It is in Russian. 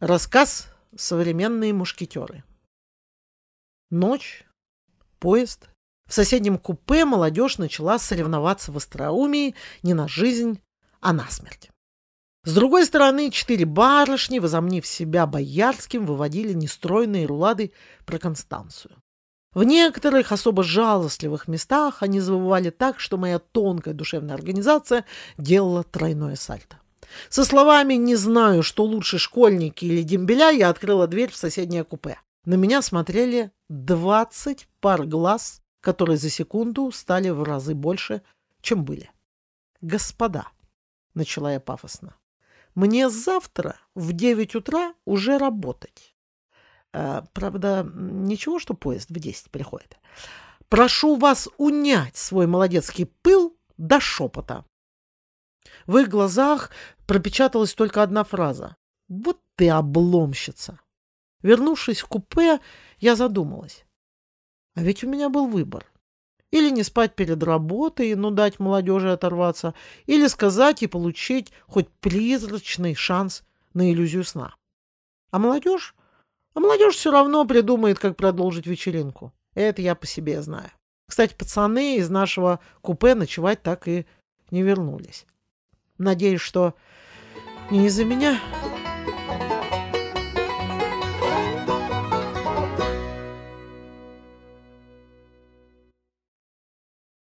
Рассказ «Современные мушкетеры». Ночь, поезд. В соседнем купе молодежь начала соревноваться в остроумии не на жизнь, а на смерть. С другой стороны, 4 барышни, возомнив себя боярским, выводили нестройные рулады про Констанцию. В некоторых особо жалостливых местах они завывали так, что моя тонкая душевная организация делала тройное сальто. Со словами «не знаю, что лучше, школьники или дембеля», я открыла дверь в соседнее купе. На меня смотрели 20 пар глаз, которые за секунду стали в разы больше, чем были. «Господа», — начала я пафосно, — «мне завтра в 9 утра уже работать. Правда, ничего, что поезд в 10 приходит. Прошу вас унять свой молодецкий пыл до шепота». В их глазах пропечаталась только одна фраза: «Вот ты обломщица». Вернувшись в купе, я задумалась. А ведь у меня был выбор. Или не спать перед работой, но дать молодежи оторваться, или сказать и получить хоть призрачный шанс на иллюзию сна. А молодежь? А молодежь все равно придумает, как продолжить вечеринку. Это я по себе знаю. Кстати, пацаны из нашего купе ночевать так и не вернулись. Надеюсь, что не из-за меня.